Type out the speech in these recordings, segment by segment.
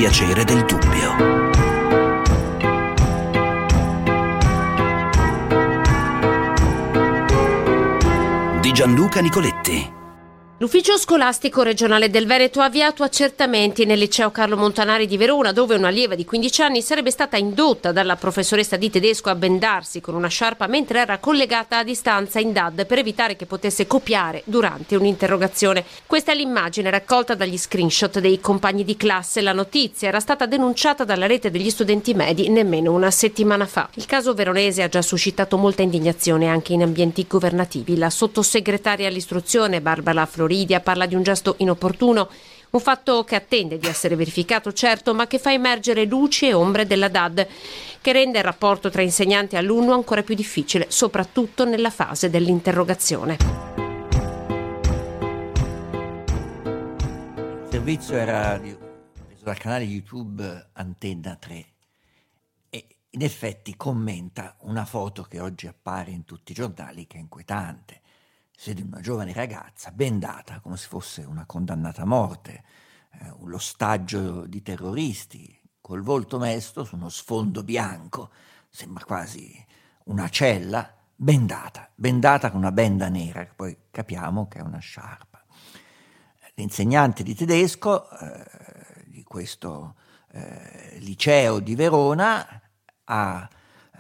piacere del dubbio. Di Gianluca Nicoletti. L'Ufficio Scolastico Regionale del Veneto ha avviato accertamenti nel liceo Carlo Montanari di Verona, dove un'allieva di 15 anni sarebbe stata indotta dalla professoressa di tedesco a bendarsi con una sciarpa mentre era collegata a distanza in DAD per evitare che potesse copiare durante un'interrogazione. Questa è l'immagine raccolta dagli screenshot dei compagni di classe. La notizia era stata denunciata dalla rete degli studenti medi nemmeno una settimana fa. Il caso veronese ha già suscitato molta indignazione anche in ambienti governativi. La sottosegretaria all'istruzione Barbara Floridia parla di un gesto inopportuno, un fatto che attende di essere verificato, certo, ma che fa emergere luci e ombre della DAD, che rende il rapporto tra insegnante e alunno ancora più difficile, soprattutto nella fase dell'interrogazione. Il servizio era preso dal canale YouTube Antenna 3 e in effetti commenta una foto che oggi appare in tutti i giornali, che è inquietante. Si vede una giovane ragazza bendata come se fosse una condannata a morte, un ostaggio di terroristi, col volto mesto su uno sfondo bianco, sembra quasi una cella, bendata con una benda nera, che poi capiamo che è una sciarpa. L'insegnante di tedesco di questo liceo di Verona ha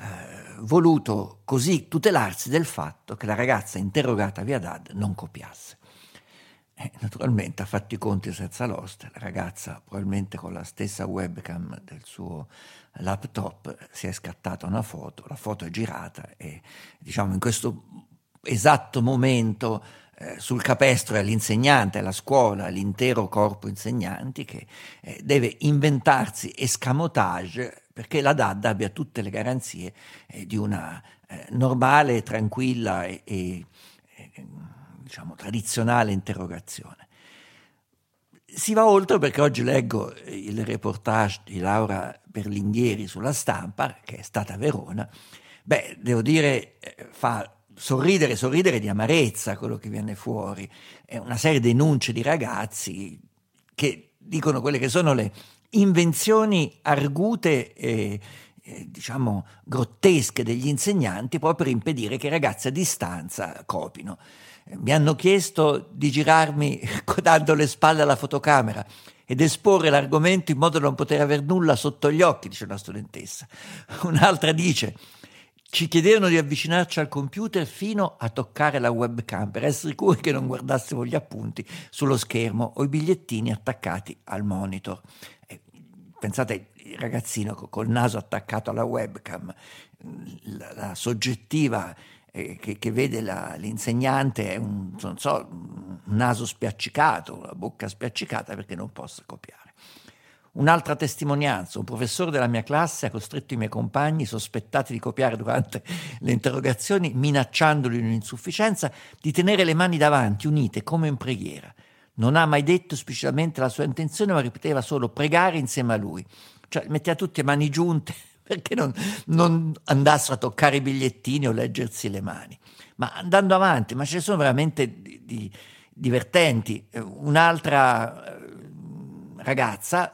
voluto così tutelarsi del fatto che la ragazza interrogata via DAD non copiasse. Naturalmente ha fatto i conti senza l'oste. La ragazza, probabilmente con la stessa webcam del suo laptop, si è scattata una foto, la foto è girata e diciamo in questo esatto momento sul capestro è l'insegnante, la scuola, l'intero corpo insegnanti che deve inventarsi escamotage perché la DAD abbia tutte le garanzie di una normale, tranquilla e diciamo tradizionale interrogazione. Si va oltre perché oggi leggo il reportage di Laura Berlinghieri sulla Stampa, che è stata a Verona. Devo dire, fa sorridere di amarezza quello che viene fuori. È una serie di denunce di ragazzi che dicono quelle che sono le invenzioni argute e diciamo grottesche degli insegnanti proprio per impedire che i ragazzi a distanza copino. Mi hanno chiesto di girarmi dando le spalle alla fotocamera ed esporre l'argomento in modo da non poter aver nulla sotto gli occhi, dice una studentessa. Un'altra dice: ci chiedevano di avvicinarci al computer fino a toccare la webcam per essere sicuri che non guardassimo gli appunti sullo schermo o i bigliettini attaccati al monitor. Pensate, il ragazzino col naso attaccato alla webcam, la soggettiva che vede l'insegnante è un naso spiaccicato, la bocca spiaccicata perché non possa copiare. Un'altra testimonianza: un professore della mia classe ha costretto i miei compagni sospettati di copiare durante le interrogazioni, minacciandoli in un'insufficienza, di tenere le mani davanti, unite come in preghiera. Non ha mai detto esplicitamente la sua intenzione, ma ripeteva solo pregare insieme a lui. Cioè metteva tutte le mani giunte perché non andassero a toccare i bigliettini o leggersi le mani. Ma andando avanti, ma ce ne sono veramente divertenti. Un'altra ragazza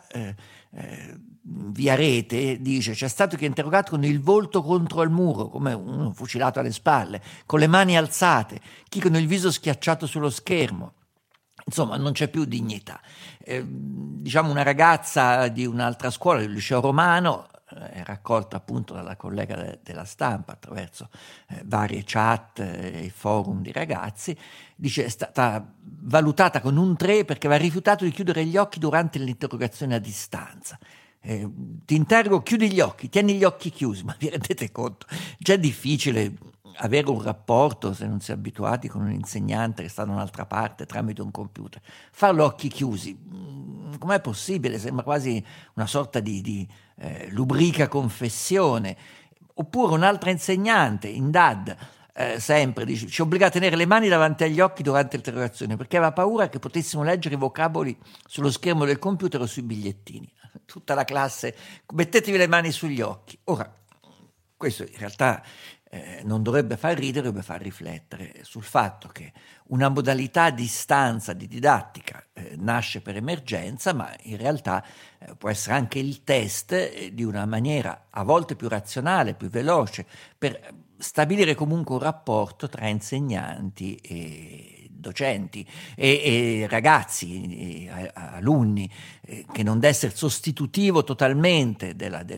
via rete dice: c'è stato chi è interrogato con il volto contro il muro, come uno fucilato alle spalle, con le mani alzate, chi con il viso schiacciato sullo schermo. Insomma, non c'è più dignità. Diciamo una ragazza di un'altra scuola, del liceo romano, raccolta appunto dalla collega della Stampa attraverso varie chat e forum di ragazzi, dice è stata valutata con un 3 perché aveva rifiutato di chiudere gli occhi durante l'interrogazione a distanza. Ti interrogo, chiudi gli occhi, tieni gli occhi chiusi, ma vi rendete conto? Già è difficile avere un rapporto, se non si è abituati, con un insegnante che sta da un'altra parte tramite un computer. Farlo a occhi chiusi, com'è possibile? Sembra quasi una sorta di lubrica confessione. Oppure un'altra insegnante in DAD sempre dice: ci obbliga a tenere le mani davanti agli occhi durante l'interrogazione perché aveva paura che potessimo leggere i vocaboli sullo schermo del computer o sui bigliettini. Tutta la classe: mettetevi le mani sugli occhi. Ora, Questo in realtà non dovrebbe far ridere, dovrebbe far riflettere sul fatto che una modalità a distanza di didattica nasce per emergenza, ma in realtà può essere anche il test di una maniera a volte più razionale, più veloce, per stabilire comunque un rapporto tra insegnanti e docenti e ragazzi, e alunni, che non deve essere sostitutivo totalmente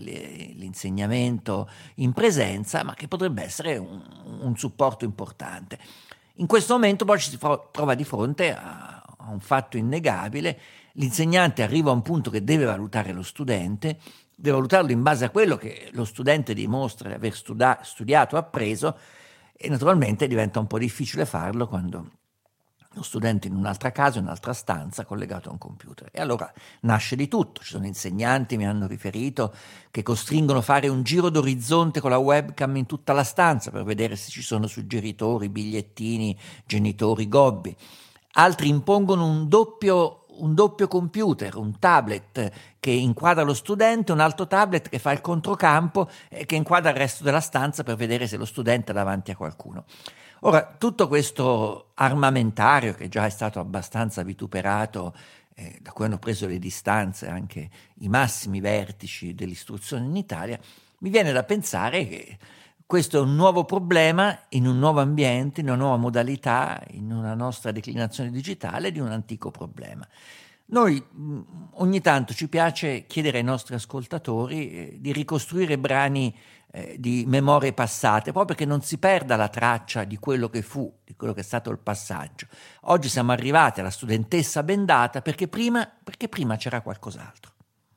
dell'insegnamento in presenza, ma che potrebbe essere un supporto importante. In questo momento poi ci si trova di fronte a un fatto innegabile: l'insegnante arriva a un punto che deve valutare lo studente, deve valutarlo in base a quello che lo studente dimostra di aver studiato, appreso, e naturalmente diventa un po' difficile farlo quando lo studente in un'altra casa, in un'altra stanza, collegato a un computer. E allora nasce di tutto. Ci sono insegnanti, mi hanno riferito, che costringono a fare un giro d'orizzonte con la webcam in tutta la stanza per vedere se ci sono suggeritori, bigliettini, genitori, gobbi. Altri impongono un doppio computer, un tablet che inquadra lo studente, un altro tablet che fa il controcampo e che inquadra il resto della stanza per vedere se lo studente è davanti a qualcuno. Ora, tutto questo armamentario, che già è stato abbastanza vituperato, da cui hanno preso le distanze anche i massimi vertici dell'istruzione in Italia, mi viene da pensare che questo è un nuovo problema in un nuovo ambiente, in una nuova modalità, in una nostra declinazione digitale di un antico problema. Noi ogni tanto ci piace chiedere ai nostri ascoltatori di ricostruire brani di memorie passate, proprio perché non si perda la traccia di quello che fu, di quello che è stato il passaggio. Oggi siamo arrivati alla studentessa bendata perché prima c'era qualcos'altro.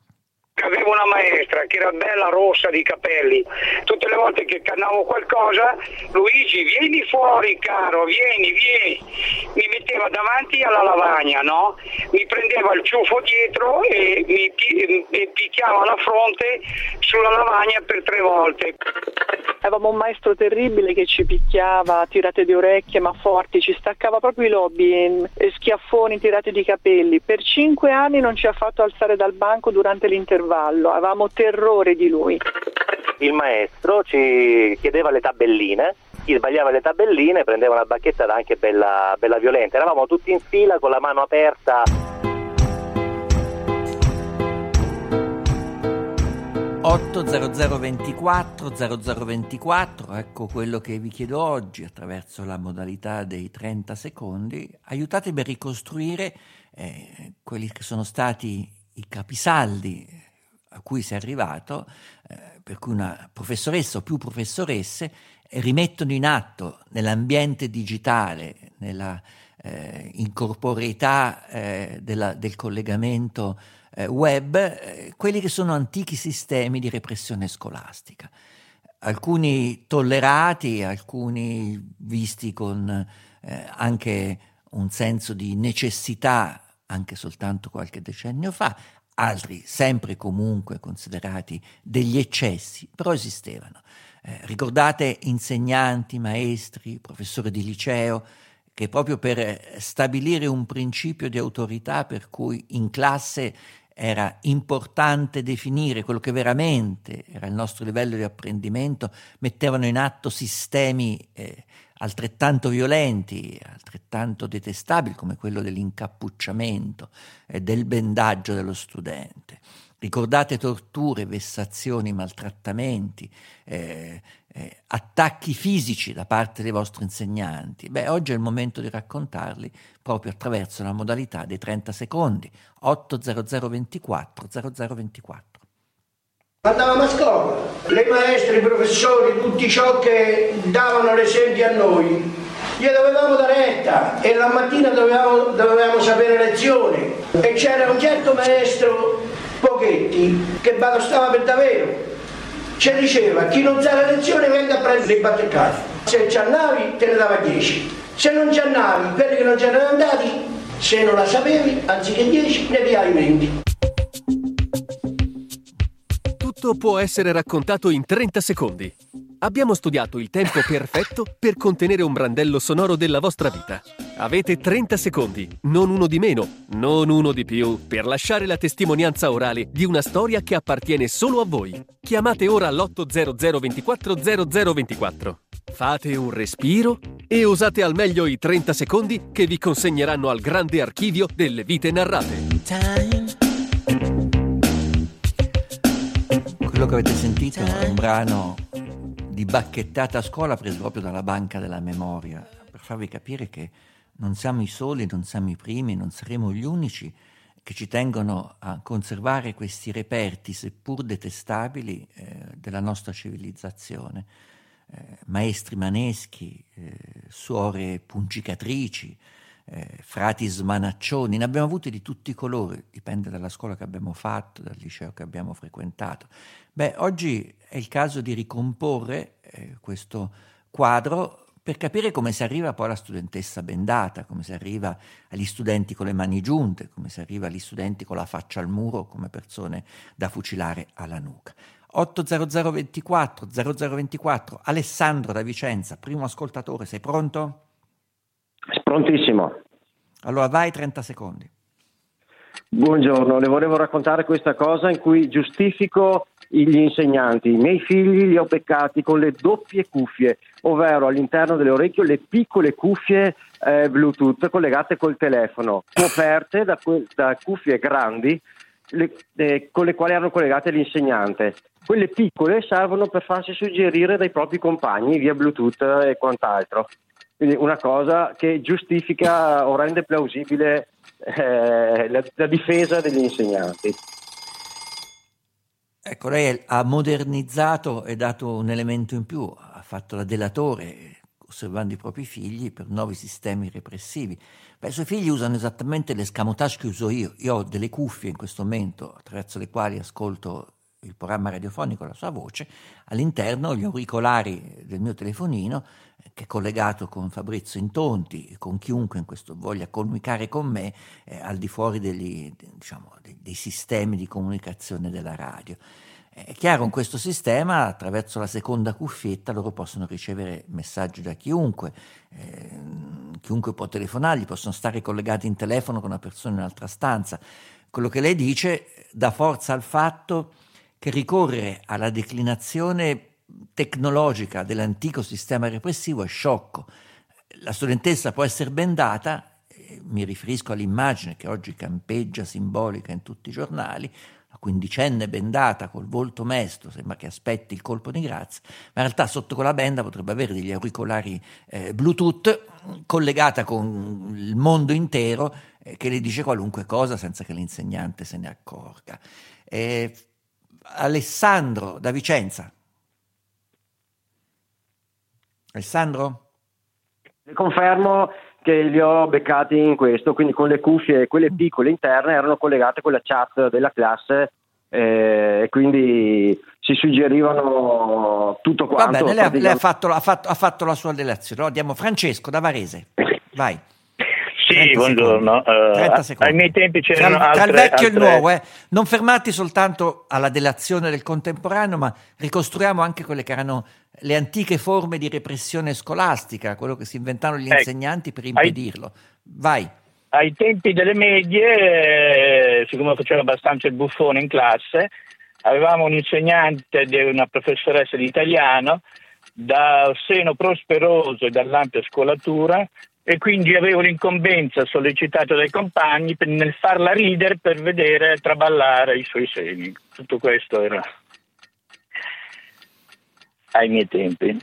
Avevo una maestra che era bella rossa di capelli. Tutte le volte che cannavo qualcosa: Luigi, vieni fuori caro, vieni. Mi metteva davanti alla lavagna, no? Mi prendeva il ciuffo dietro e mi picchiava la fronte sulla lavagna per 3 volte. Avevamo un maestro terribile che ci picchiava, tirate di orecchie ma forti, ci staccava proprio i lobi, schiaffoni, tirate di capelli. Per 5 anni non ci ha fatto alzare dal banco durante l'intervallo, avevamo terrore di lui. Il maestro ci chiedeva le tabelline, chi sbagliava le tabelline prendeva una bacchetta anche bella violenta. Eravamo tutti in fila con la mano aperta. 80024 0024, ecco quello che vi chiedo oggi attraverso la modalità dei 30 secondi. Aiutatemi a ricostruire quelli che sono stati i capisaldi a cui si è arrivato, per cui una professoressa o più professoresse rimettono in atto nell'ambiente digitale, nella incorporeità del collegamento web, quelli che sono antichi sistemi di repressione scolastica, alcuni tollerati, alcuni visti con anche un senso di necessità anche soltanto qualche decennio fa, altri sempre comunque considerati degli eccessi, però esistevano. Ricordate insegnanti, maestri, professori di liceo che proprio per stabilire un principio di autorità per cui in classe era importante definire quello che veramente era il nostro livello di apprendimento, mettevano in atto sistemi altrettanto violenti, altrettanto detestabili come quello dell'incappucciamento e del bendaggio dello studente. Ricordate torture, vessazioni, maltrattamenti, attacchi fisici da parte dei vostri insegnanti. Oggi è il momento di raccontarli proprio attraverso la modalità dei 30 secondi. 80024 0024. Andavamo a scuola, le maestre, i professori, tutti ciò che davano l'esempio a noi, gli dovevamo dare retta e la mattina dovevamo sapere lezione. E c'era un certo maestro Pochetti che bastava per davvero, ci diceva: chi non sa la lezione venga a prendere il battecato, se ci andavi te ne dava 10, se non ci andavi, quelli che non c'erano andati, se non la sapevi, anziché 10 ne piai 20. Tutto può essere raccontato in 30 secondi. Abbiamo studiato il tempo perfetto per contenere un brandello sonoro della vostra vita. Avete 30 secondi, non uno di meno, non uno di più, per lasciare la testimonianza orale di una storia che appartiene solo a voi. Chiamate ora l'800 24 0024. Fate un respiro e usate al meglio i 30 secondi che vi consegneranno al grande archivio delle vite narrate. Quello che avete sentito è un brano di bacchettata a scuola preso proprio dalla banca della memoria, per farvi capire che non siamo i soli, non siamo i primi, non saremo gli unici che ci tengono a conservare questi reperti, seppur detestabili, della nostra civilizzazione. Maestri maneschi, suore puncicatrici, frati smanaccioni, ne abbiamo avuti di tutti i colori, dipende dalla scuola che abbiamo fatto, dal liceo che abbiamo frequentato. Oggi è il caso di ricomporre questo quadro per capire come si arriva poi alla studentessa bendata, come si arriva agli studenti con le mani giunte, come si arriva agli studenti con la faccia al muro come persone da fucilare alla nuca. 800 24 0024, Alessandro da Vicenza, primo ascoltatore, sei pronto? Prontissimo. Allora vai, 30 secondi. Buongiorno, le volevo raccontare questa cosa in cui giustifico gli insegnanti. I miei figli li ho beccati con le doppie cuffie, ovvero all'interno delle orecchie le piccole cuffie Bluetooth collegate col telefono, coperte da cuffie grandi con le quali erano collegate l'insegnante. Quelle piccole servono per farsi suggerire dai propri compagni via Bluetooth e quant'altro. Quindi una cosa che giustifica o rende plausibile la difesa degli insegnanti. Ecco, lei ha modernizzato e dato un elemento in più, ha fatto la delatore osservando i propri figli per nuovi sistemi repressivi. I suoi figli usano esattamente l'escamotage che uso io. Io ho delle cuffie in questo momento attraverso le quali ascolto il programma radiofonico, la sua voce, all'interno gli auricolari del mio telefonino che è collegato con Fabrizio Intonti, con chiunque in questo voglia comunicare con me al di fuori dei sistemi di comunicazione della radio. È chiaro, in questo sistema, attraverso la seconda cuffietta, loro possono ricevere messaggi da chiunque può telefonargli, possono stare collegati in telefono con una persona in un'altra stanza. Quello che lei dice dà forza al fatto che ricorrere alla declinazione tecnologica dell'antico sistema repressivo è sciocco. La studentessa può essere bendata, mi riferisco all'immagine che oggi campeggia simbolica in tutti i giornali, la quindicenne bendata col volto mesto, sembra che aspetti il colpo di grazia, ma in realtà sotto quella benda potrebbe avere degli auricolari Bluetooth collegata con il mondo intero che le dice qualunque cosa senza che l'insegnante se ne accorga. Alessandro da Vicenza. Alessandro? Confermo che li ho beccati in questo, quindi con le cuffie, quelle piccole interne, erano collegate con la chat della classe e quindi si suggerivano tutto quanto. Va bene, lei ha fatto la sua relazione. Andiamo Francesco da Varese. Vai. Sì, buongiorno. 30 secondi. Ai miei tempi c'erano tra il vecchio e il nuovo. Non fermarti soltanto alla delazione del contemporaneo, ma ricostruiamo anche quelle che erano le antiche forme di repressione scolastica, quello che si inventavano gli insegnanti per impedirlo. Vai. Ai tempi delle medie, siccome facevo abbastanza il buffone in classe, avevamo un insegnante di una professoressa di italiano da seno prosperoso e dall'ampia scolatura, e quindi avevo l'incombenza, sollecitato dai compagni, nel farla ridere per vedere traballare i suoi seni. Tutto questo era ai miei tempi.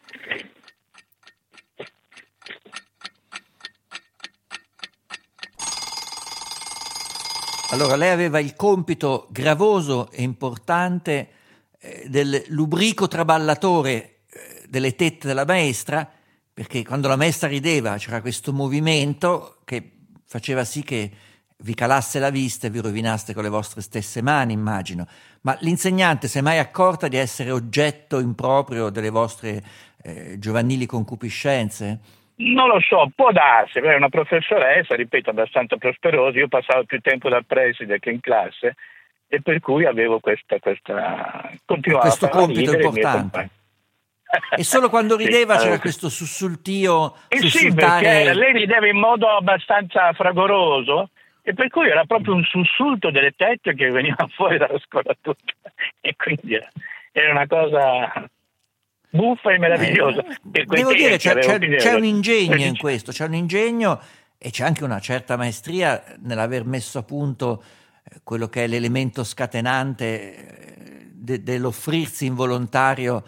Allora, lei aveva il compito gravoso e importante del lubrico traballatore delle tette della maestra, perché quando la maestra rideva c'era questo movimento che faceva sì che vi calasse la vista e vi rovinaste con le vostre stesse mani, immagino. Ma l'insegnante si è mai accorta di essere oggetto improprio delle vostre giovanili concupiscenze? Non lo so, può darsi, è una professoressa, ripeto, abbastanza prosperosa. Io passavo più tempo dal preside che in classe e per cui avevo questa continuavo questo a far compito ridere i miei importante. compagni. E solo quando rideva Sì, c'era questo sussultio, sì, sussultare. perché lei rideva in modo abbastanza fragoroso e per cui era proprio un sussulto delle tette che veniva fuori dalla scuola tutta, e quindi era una cosa buffa e meravigliosa. Devo dire, c'è un ingegno in questo, c'è un ingegno e c'è anche una certa maestria nell'aver messo a punto quello che è l'elemento scatenante dell'offrirsi involontario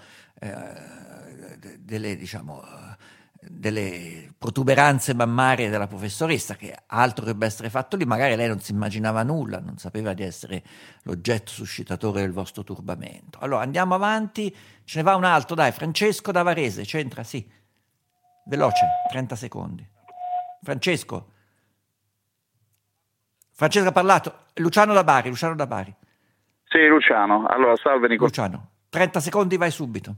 delle protuberanze mammarie della professoressa, che altro dovrebbe essere fatto lì. Magari lei non si immaginava nulla, non sapeva di essere l'oggetto suscitatore del vostro turbamento. Allora andiamo avanti, ce ne va un altro, dai. Francesco da Varese, c'entra, sì, veloce, 30 secondi. Francesco ha parlato. Luciano da Bari. Sì, Luciano. Allora, salve Nicola. Luciano, 30 secondi, vai subito.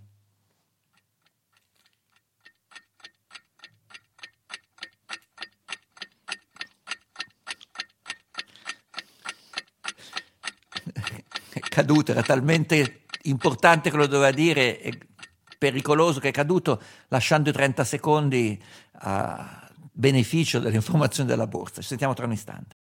È caduto, era talmente importante che lo doveva dire, e pericoloso che è caduto, lasciando i 30 secondi a beneficio delle informazioni della borsa. Ci sentiamo tra un istante.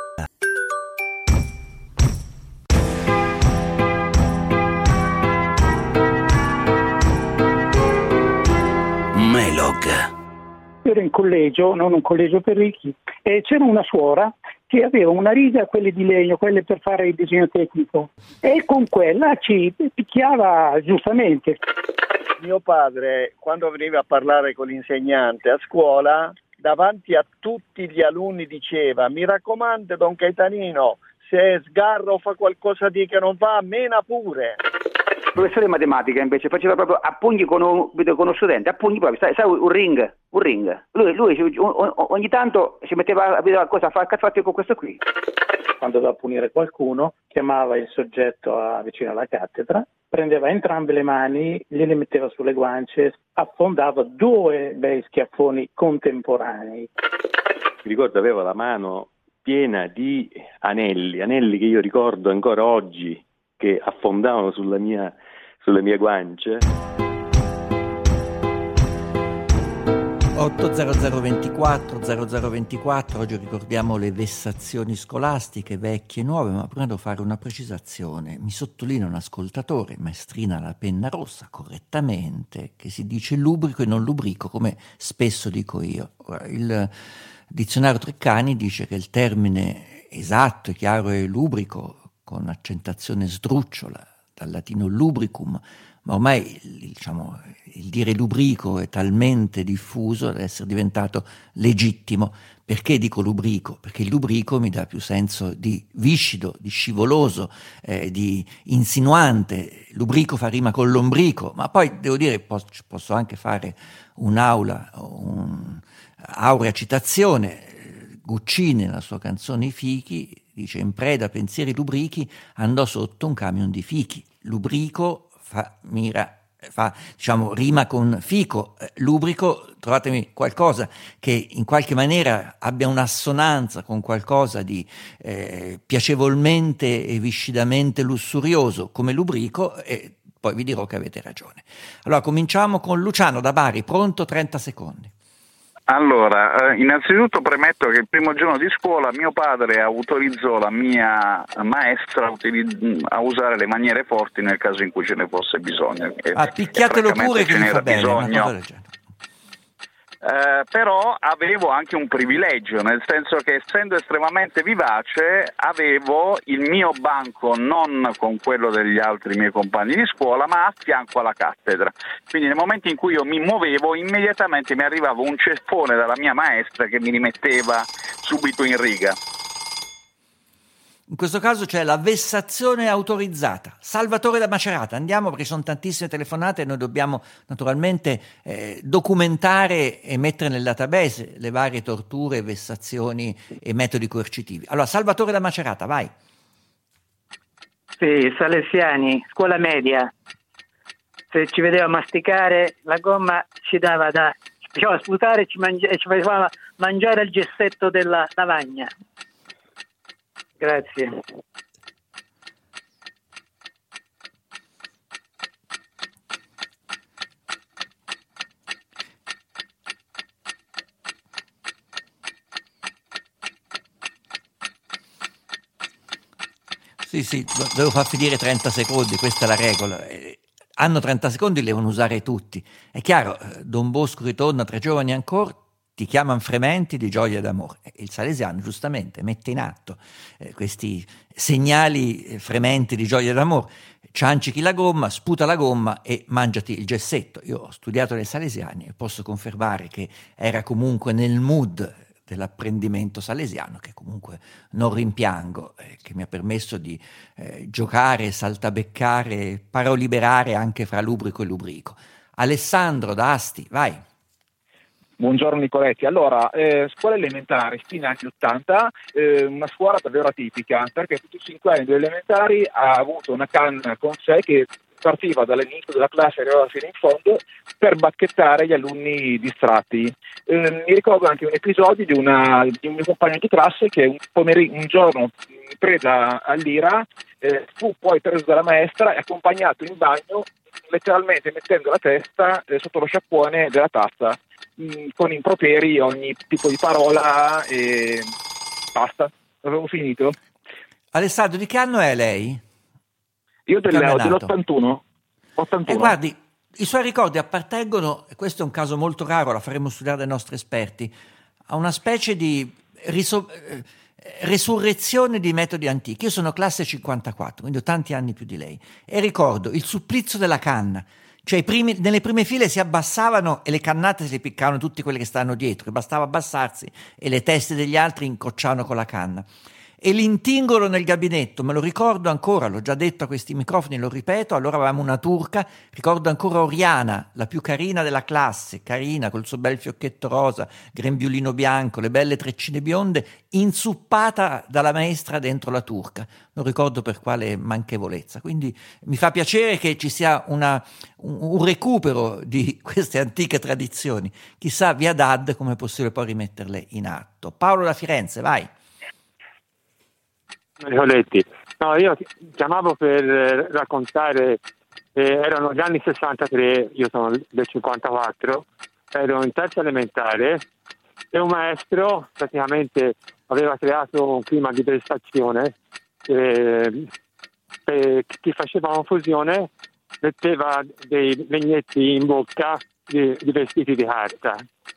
Melog. Ero in collegio, non un collegio per ricchi, e c'era una suora che aveva una riga, quelle di legno, quelle per fare il disegno tecnico, e con quella ci picchiava giustamente. Mio padre, quando veniva a parlare con l'insegnante a scuola, davanti a tutti gli alunni diceva: mi raccomando, Don Caetanino, se sgarra o fa qualcosa di che non va, mena pure. Il professore di matematica invece faceva proprio a pugni con uno studente, a pugni proprio, sai un ring. Lui ogni tanto si metteva a vedere cosa fa, cazzo con questo qui. Quando doveva punire qualcuno, chiamava il soggetto vicino alla cattedra, prendeva entrambe le mani, gliele metteva sulle guance, affondava 2 bei schiaffoni contemporanei. Mi ricordo aveva la mano piena di anelli che io ricordo ancora oggi, che affondavano sulle mie guance. 80024 oggi ricordiamo le vessazioni scolastiche vecchie e nuove, ma prima devo fare una precisazione. Mi sottolinea un ascoltatore, maestrina alla penna rossa, correttamente, che si dice lubrico e non lubrico, come spesso dico io. Ora, il dizionario Treccani dice che il termine esatto e chiaro è lubrico, con accentazione sdrucciola, dal latino lubricum, ma ormai il dire lubrico è talmente diffuso da essere diventato legittimo. Perché dico lubrico? Perché il lubrico mi dà più senso di viscido, di scivoloso, di insinuante. Lubrico fa rima con lombrico, ma poi devo dire posso anche fare un'aurea citazione. Guccini nella sua canzone I fichi dice: in preda a pensieri lubrichi andò sotto un camion di fichi. Lubrico rima con fico. Lubrico, trovatemi qualcosa che in qualche maniera abbia un'assonanza con qualcosa di piacevolmente e viscidamente lussurioso come lubrico, e poi vi dirò che avete ragione. Allora cominciamo con Luciano da Bari, pronto, 30 secondi. Allora, innanzitutto premetto che il primo giorno di scuola mio padre autorizzò la mia maestra a usare le maniere forti nel caso in cui ce ne fosse bisogno. Picchiatelo pure che vi fa bene, una cosa del genere. Però avevo anche un privilegio, nel senso che essendo estremamente vivace avevo il mio banco non con quello degli altri miei compagni di scuola, ma a fianco alla cattedra. Quindi nel momento in cui io mi muovevo immediatamente mi arrivava un ceffone dalla mia maestra che mi rimetteva subito in riga. In questo caso c'è la vessazione autorizzata. Salvatore da Macerata, andiamo perché sono tantissime telefonate e noi dobbiamo naturalmente documentare e mettere nel database le varie torture, vessazioni e metodi coercitivi. Allora, Salvatore da Macerata, vai. Sì, Salesiani, scuola media. Se ci vedeva masticare la gomma ci dava da faceva sputare e ci faceva mangiare il gessetto della lavagna. Grazie. Sì, devo far finire 30 secondi, questa è la regola. Hanno 30 secondi, li devono usare tutti. È chiaro, Don Bosco ritorna tra giovani ancora, ti chiamano frementi di gioia e d'amore. Il salesiano giustamente mette in atto questi segnali frementi di gioia e d'amore. Ciancichi la gomma, sputa la gomma e mangiati il gessetto. Io ho studiato nei salesiani e posso confermare che era comunque nel mood dell'apprendimento salesiano, che comunque non rimpiango, che mi ha permesso di giocare, saltabeccare, paroliberare anche fra lubrico e lubrico. Alessandro da Asti, vai. Buongiorno Nicoletti. Allora, scuola elementare, fine anni 80, una scuola davvero atipica, perché tutti i 5 anni delle elementari ha avuto una canna con sé che partiva dall'inizio della classe e arrivava fino in fondo per bacchettare gli alunni distratti. Mi ricordo anche un episodio di un mio compagno di classe che un giorno, presa all'ira, fu poi preso dalla maestra e accompagnato in bagno, letteralmente mettendo la testa sotto lo sciacquone della tazza, con improperi, ogni tipo di parola, e basta, avevo finito. Alessandro, di che anno è lei? Io dell'81. Guardi, i suoi ricordi appartengono, e questo è un caso molto raro, la faremo studiare dai nostri esperti, a una specie di resurrezione di metodi antichi. Io sono classe 54, quindi ho tanti anni più di lei, e ricordo il supplizio della canna. Cioè nelle prime file si abbassavano e le cannate si piccavano tutti quelli che stavano dietro, che bastava abbassarsi e le teste degli altri incrociavano con la canna. E l'intingolo nel gabinetto, me lo ricordo ancora, l'ho già detto a questi microfoni, lo ripeto, allora avevamo una turca, ricordo ancora Oriana, la più carina della classe, carina, col suo bel fiocchetto rosa, grembiulino bianco, le belle treccine bionde, inzuppata dalla maestra dentro la turca. Non ricordo per quale manchevolezza. Quindi mi fa piacere che ci sia un recupero di queste antiche tradizioni. Chissà via DAD come è possibile poi rimetterle in atto. Paolo da Firenze, vai. Nicoletti, no, io chiamavo per raccontare, erano gli anni 63, io sono del 54, ero in terza elementare e un maestro praticamente aveva creato un clima di prestazione, chi faceva confusione metteva dei legnetti in bocca di vestiti di carta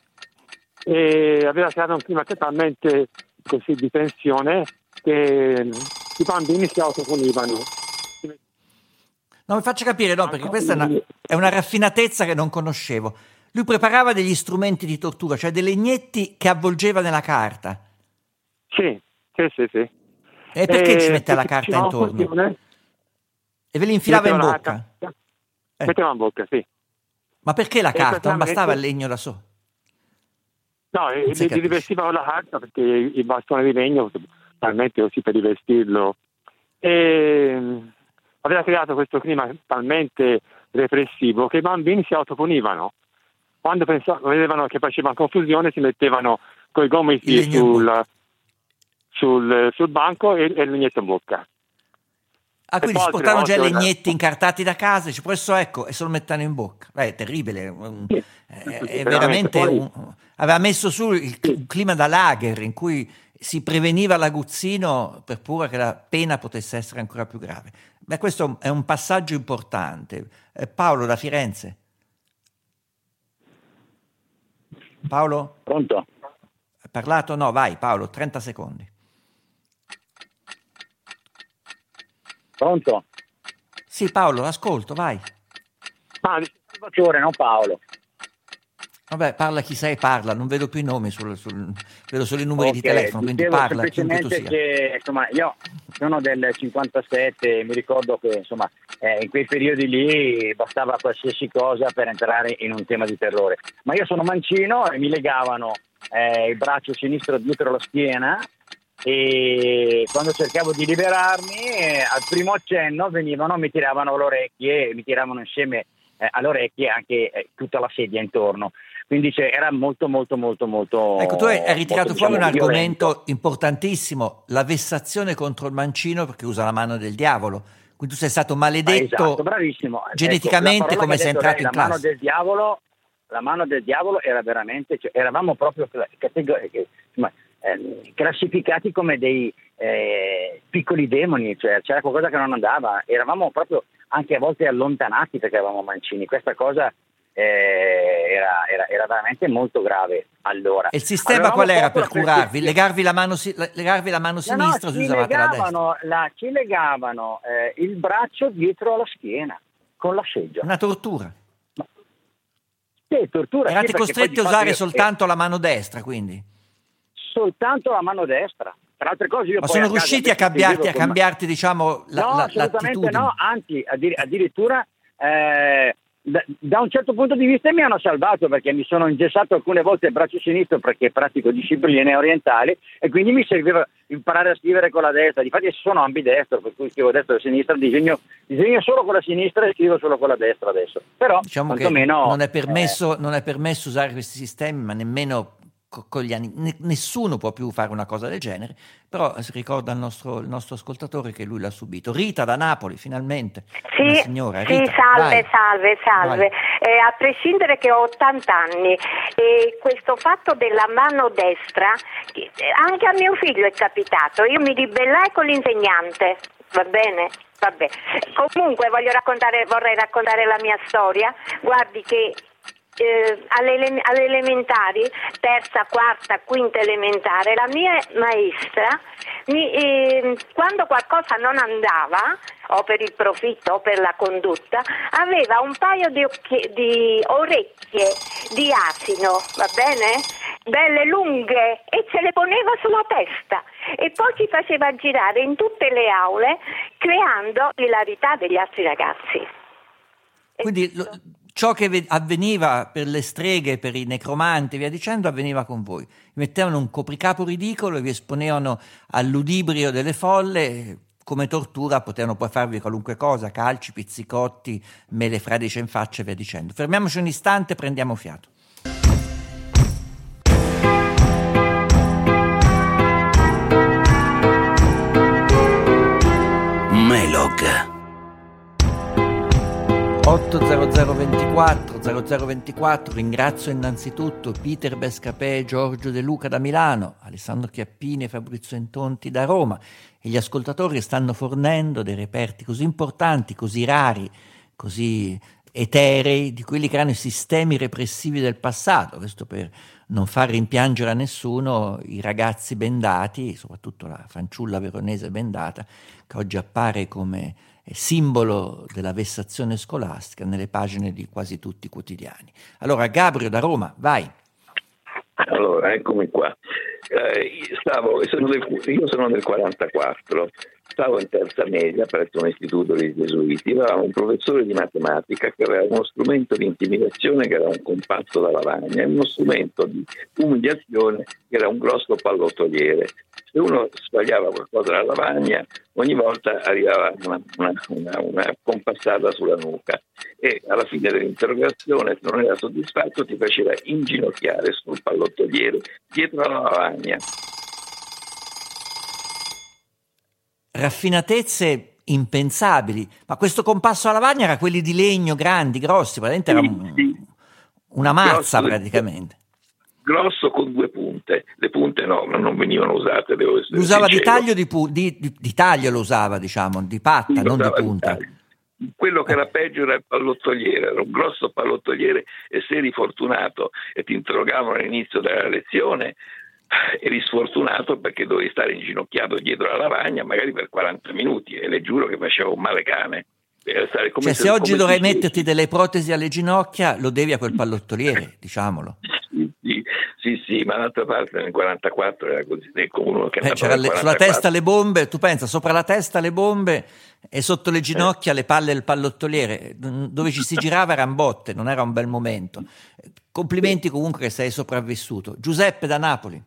e aveva creato un clima totalmente così di tensione che i bambini si autopunivano. No, mi faccia capire, no, perché questa è una raffinatezza che non conoscevo. Lui preparava degli strumenti di tortura, cioè dei legnetti che avvolgeva nella carta. Sì. E perché ci mette la carta intorno? E ve li infilava in bocca? Metteva in bocca, sì. Ma perché la carta? Non bastava il legno da solo? No, li rivestiva con la carta perché il bastone di legno talmente così per rivestirlo, e aveva creato questo clima talmente repressivo che i bambini si autopunivano. Quando vedevano che facevano confusione si mettevano coi gomiti sul banco e il legnetto in bocca. Ah, quindi si portavano già i legnetti incartati da casa, dice, questo ecco, e se lo mettano in bocca. È terribile, è veramente aveva messo su il clima da lager in cui si preveniva l'aguzzino per paura che la pena potesse essere ancora più grave. Beh, questo è un passaggio importante. Paolo da Firenze. Paolo? Pronto? Hai parlato? No, vai Paolo, 30 secondi. Pronto? Sì, Paolo, ascolto, vai. Salvatore, non Paolo. Vabbè, parla chi sei, parla, non vedo più i nomi, vedo solo i numeri di telefono, quindi parla chiunque tu sia. Che, insomma, io sono del 57 e mi ricordo che insomma, in quei periodi lì bastava qualsiasi cosa per entrare in un tema di terrore. Ma io sono mancino e mi legavano il braccio sinistro dietro la schiena e quando cercavo di liberarmi al primo accenno venivano, mi tiravano le orecchie, mi tiravano insieme alle orecchie anche tutta la sedia intorno. Quindi era molto. Ecco, tu hai ritirato fuori un argomento violento. Importantissimo, la vessazione contro il mancino perché usa la mano del diavolo. Quindi tu sei stato maledetto esatto, bravissimo. geneticamente, ecco, come sei entrato in classe. La mano del diavolo era veramente, cioè, eravamo proprio classificati come dei piccoli demoni, cioè c'era qualcosa che non andava, eravamo proprio anche a volte allontanati perché eravamo mancini. Questa cosa era veramente molto grave allora. E il sistema qual era per curarvi? Legarvi la mano sinistra, si usavate la destra? Ci legavano il braccio dietro alla schiena con la seggiola. Una tortura. Sì, tortura. Erate costretti a usare soltanto la mano destra, quindi? Soltanto la mano destra. Per altre cose io ma poi sono riusciti a cambiarti diciamo assolutamente l'attitudine? No, anzi addirittura da un certo punto di vista mi hanno salvato, perché mi sono ingessato alcune volte il braccio sinistro perché pratico discipline orientali e quindi mi serviva imparare a scrivere con la destra. Difatti sono ambidestro, per cui scrivo destra e sinistra, disegno solo con la sinistra e scrivo solo con la destra adesso. Però diciamo che non è permesso usare questi sistemi, ma nemmeno con gli anni. Nessuno può più fare una cosa del genere, però si ricorda il nostro ascoltatore che lui l'ha subito. Rita da Napoli, finalmente. Sì, signora. Rita, salve. A prescindere che ho 80 anni, questo fatto della mano destra, anche a mio figlio è capitato. Io mi ribellai con l'insegnante, va bene? Vabbè. Comunque vorrei raccontare la mia storia. Guardi che alle elementari, terza, quarta, quinta elementare, la mia maestra quando qualcosa non andava, o per il profitto o per la condotta, aveva un paio di orecchie di asino, va bene? Belle lunghe, e ce le poneva sulla testa e poi ci faceva girare in tutte le aule creando l'ilarità degli altri ragazzi. Quindi ciò che avveniva per le streghe, per i necromanti, via dicendo, avveniva con voi. Vi mettevano un copricapo ridicolo e vi esponevano al ludibrio delle folle. Come tortura potevano poi farvi qualunque cosa, calci, pizzicotti, mele fradicie in faccia e via dicendo. Fermiamoci un istante, prendiamo fiato. Melog 80024 ringrazio innanzitutto Peter Bescapè e Giorgio De Luca da Milano, Alessandro Chiappini e Fabrizio Entonti da Roma, e gli ascoltatori stanno fornendo dei reperti così importanti, così rari, così eterei, di quelli che erano i sistemi repressivi del passato. Questo per non far rimpiangere a nessuno i ragazzi bendati, soprattutto la fanciulla veronese bendata, che oggi appare come simbolo della vessazione scolastica nelle pagine di quasi tutti i quotidiani. Allora, Gabrio da Roma, vai. Allora, eccomi qua. Io sono del 44, stavo in terza media presso un istituto dei gesuiti. Avevamo un professore di matematica che aveva uno strumento di intimidazione che era un compasso da lavagna e uno strumento di umiliazione che era un grosso pallottoliere. Se uno sbagliava qualcosa dalla lavagna, ogni volta arrivava una compassata sulla nuca e alla fine dell'interrogazione, se non era soddisfatto, ti faceva inginocchiare sul pallottoliere dietro alla lavagna. Raffinatezze impensabili, ma questo compasso alla lavagna era quelli di legno grandi, grossi, praticamente era una mazza praticamente. Grosso con due punte, le punte no, non venivano usate. Lo usava di taglio, di taglio lo usava, diciamo, di patta, non di punta. Quello che era peggio era il pallottoliere, era un grosso pallottoliere e se eri fortunato e ti interrogavano all'inizio della lezione, eri sfortunato perché dovevi stare inginocchiato dietro la lavagna magari per 40 minuti e le giuro che faceva un male cane. Cioè se oggi dovrei metterti delle protesi alle ginocchia lo devi a quel pallottoliere, diciamolo. Sì, ma d'altra parte nel 44 era così, uno che c'era sulla testa le bombe, tu pensa, sopra la testa le bombe e sotto le ginocchia le palle del pallottoliere, dove ci si girava erano botte, non era un bel momento. Complimenti comunque che sei sopravvissuto. Giuseppe da Napoli.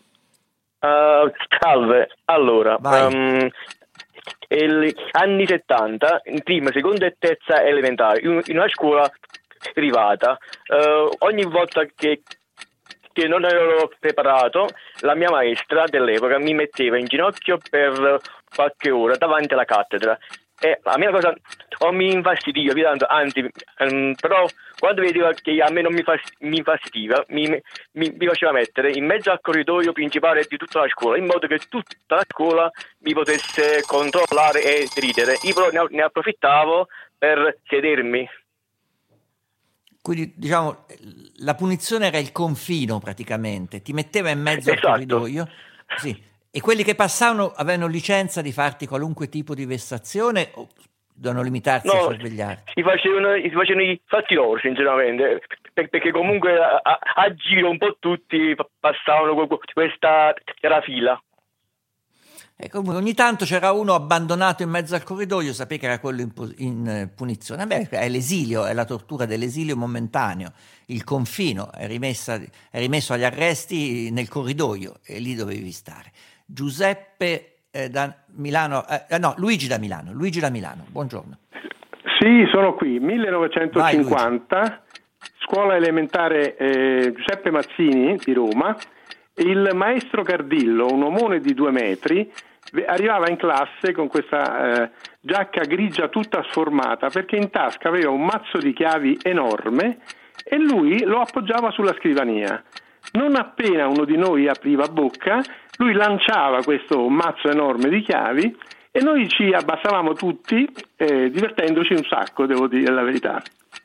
Salve, allora, anni 70, in prima, seconda e terza elementare, in una scuola privata, ogni volta che non ero preparato, la mia maestra dell'epoca mi metteva in ginocchio per qualche ora davanti alla cattedra a me la cosa non mi infastidiva, anzi, però quando vedeva che a me non mi infastidiva, mi faceva mettere in mezzo al corridoio principale di tutta la scuola, in modo che tutta la scuola mi potesse controllare e ridere. Io però ne approfittavo per sedermi. Quindi, diciamo, la punizione era il confino praticamente, ti metteva in mezzo al corridoio, sì. E quelli che passavano avevano licenza di farti qualunque tipo di vessazione o dovevano limitarsi a sorvegliarti? Si facevano i fatti loro, sinceramente, perché comunque a giro un po' tutti passavano questa fila. E comunque ogni tanto c'era uno abbandonato in mezzo al corridoio, sapevi che era quello in punizione. Beh, è l'esilio, è la tortura dell'esilio momentaneo, il confino, è rimesso agli arresti nel corridoio e lì dovevi stare. Giuseppe da Milano, Luigi da Milano, buongiorno. Sì, sono qui, 1950, Vai, scuola elementare Giuseppe Mazzini di Roma. Il maestro Cardillo, un omone di 2 metri, arrivava in classe con questa giacca grigia tutta sformata perché in tasca aveva un mazzo di chiavi enorme e lui lo appoggiava sulla scrivania. Non appena uno di noi apriva bocca, lui lanciava questo mazzo enorme di chiavi e noi ci abbassavamo tutti, divertendoci un sacco, devo dire la verità.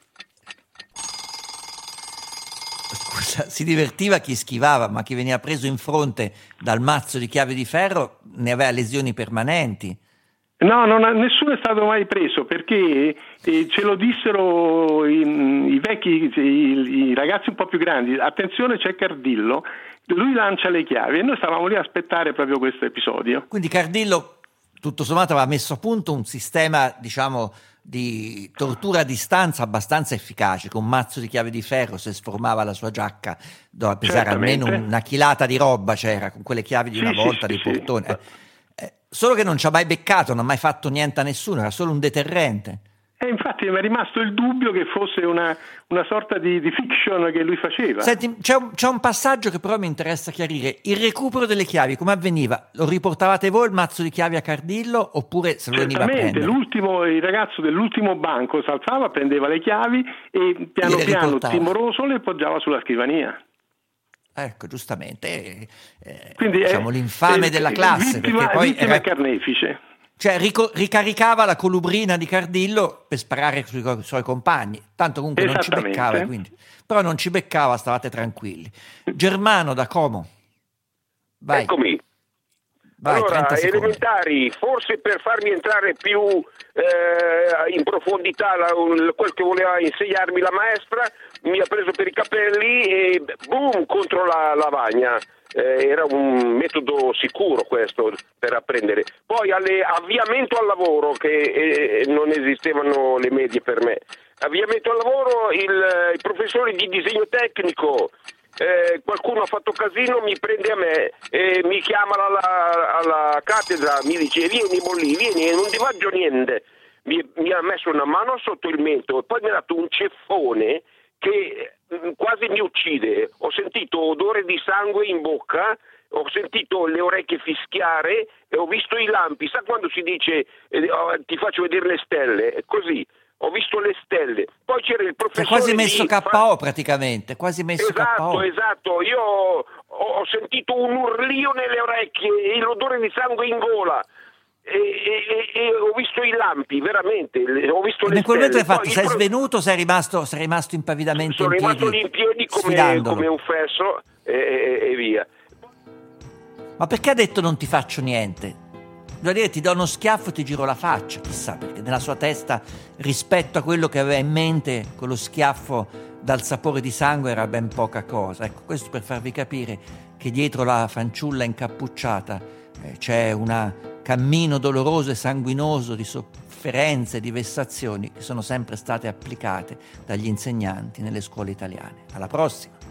Scusa, si divertiva chi schivava, ma chi veniva preso in fronte dal mazzo di chiavi di ferro ne aveva lesioni permanenti. No, nessuno è stato mai preso perché ce lo dissero i vecchi, i ragazzi un po' più grandi. Attenzione, c'è Cardillo, lui lancia le chiavi e noi stavamo lì a aspettare proprio questo episodio. Quindi Cardillo, tutto sommato, aveva messo a punto un sistema, diciamo, di tortura a distanza abbastanza efficace, con un mazzo di chiavi di ferro. Se sformava la sua giacca doveva pesare almeno una chilata di roba, c'era, con quelle chiavi di una volta, dei portoni. Solo che non ci ha mai beccato, non ha mai fatto niente a nessuno, era solo un deterrente. Infatti mi è rimasto il dubbio che fosse una sorta di fiction che lui faceva. Senti, c'è un passaggio che però mi interessa chiarire. Il recupero delle chiavi, come avveniva? Lo riportavate voi il mazzo di chiavi a Cardillo oppure se lo veniva a prendere? Il ragazzo dell'ultimo banco si alzava, prendeva le chiavi e piano piano, timoroso, le poggiava sulla scrivania. Ecco, giustamente. Quindi diciamo l'infame della classe. Perché poi vittima e carnefice. Cioè ricaricava la colubrina di Cardillo per sparare sui suoi compagni, tanto comunque non ci beccava, quindi. Però non ci beccava, stavate tranquilli. Germano da Como, vai. Eccomi. Vai, allora, 30 secondi. elementari, forse per farmi entrare più in profondità quel che voleva insegnarmi la maestra, mi ha preso per i capelli e boom, contro la lavagna. Era un metodo sicuro questo per apprendere. Poi avviamento al lavoro, che non esistevano le medie per me. Avviamento al lavoro, i professori di disegno tecnico, qualcuno ha fatto casino, mi prende a me, mi chiama alla cattedra, mi dice vieni Bolli, vieni, non ti faccio niente. Mi ha messo una mano sotto il mento e poi mi ha dato un ceffone che quasi mi uccide. Ho sentito odore di sangue in bocca, ho sentito le orecchie fischiare e ho visto i lampi. Sa quando si dice ti faccio vedere le stelle? È così. Ho visto le stelle. Poi c'era il professore. Quasi messo KO praticamente, quasi messo KO. Esatto. Io ho sentito un urlio nelle orecchie e l'odore di sangue in gola. E ho visto i lampi, veramente. Ho visto le in quel momento stelle. hai fatto, sei svenuto, sei rimasto impavidamente sono rimasto lì in piedi come un fesso e via. Ma perché ha detto non ti faccio niente? Devo dire, ti do uno schiaffo e ti giro la faccia, chissà, perché nella sua testa, rispetto a quello che aveva in mente, quello schiaffo dal sapore di sangue era ben poca cosa. Ecco, questo per farvi capire che dietro la fanciulla incappucciata c'è un cammino doloroso e sanguinoso di sofferenze, di vessazioni che sono sempre state applicate dagli insegnanti nelle scuole italiane. Alla prossima!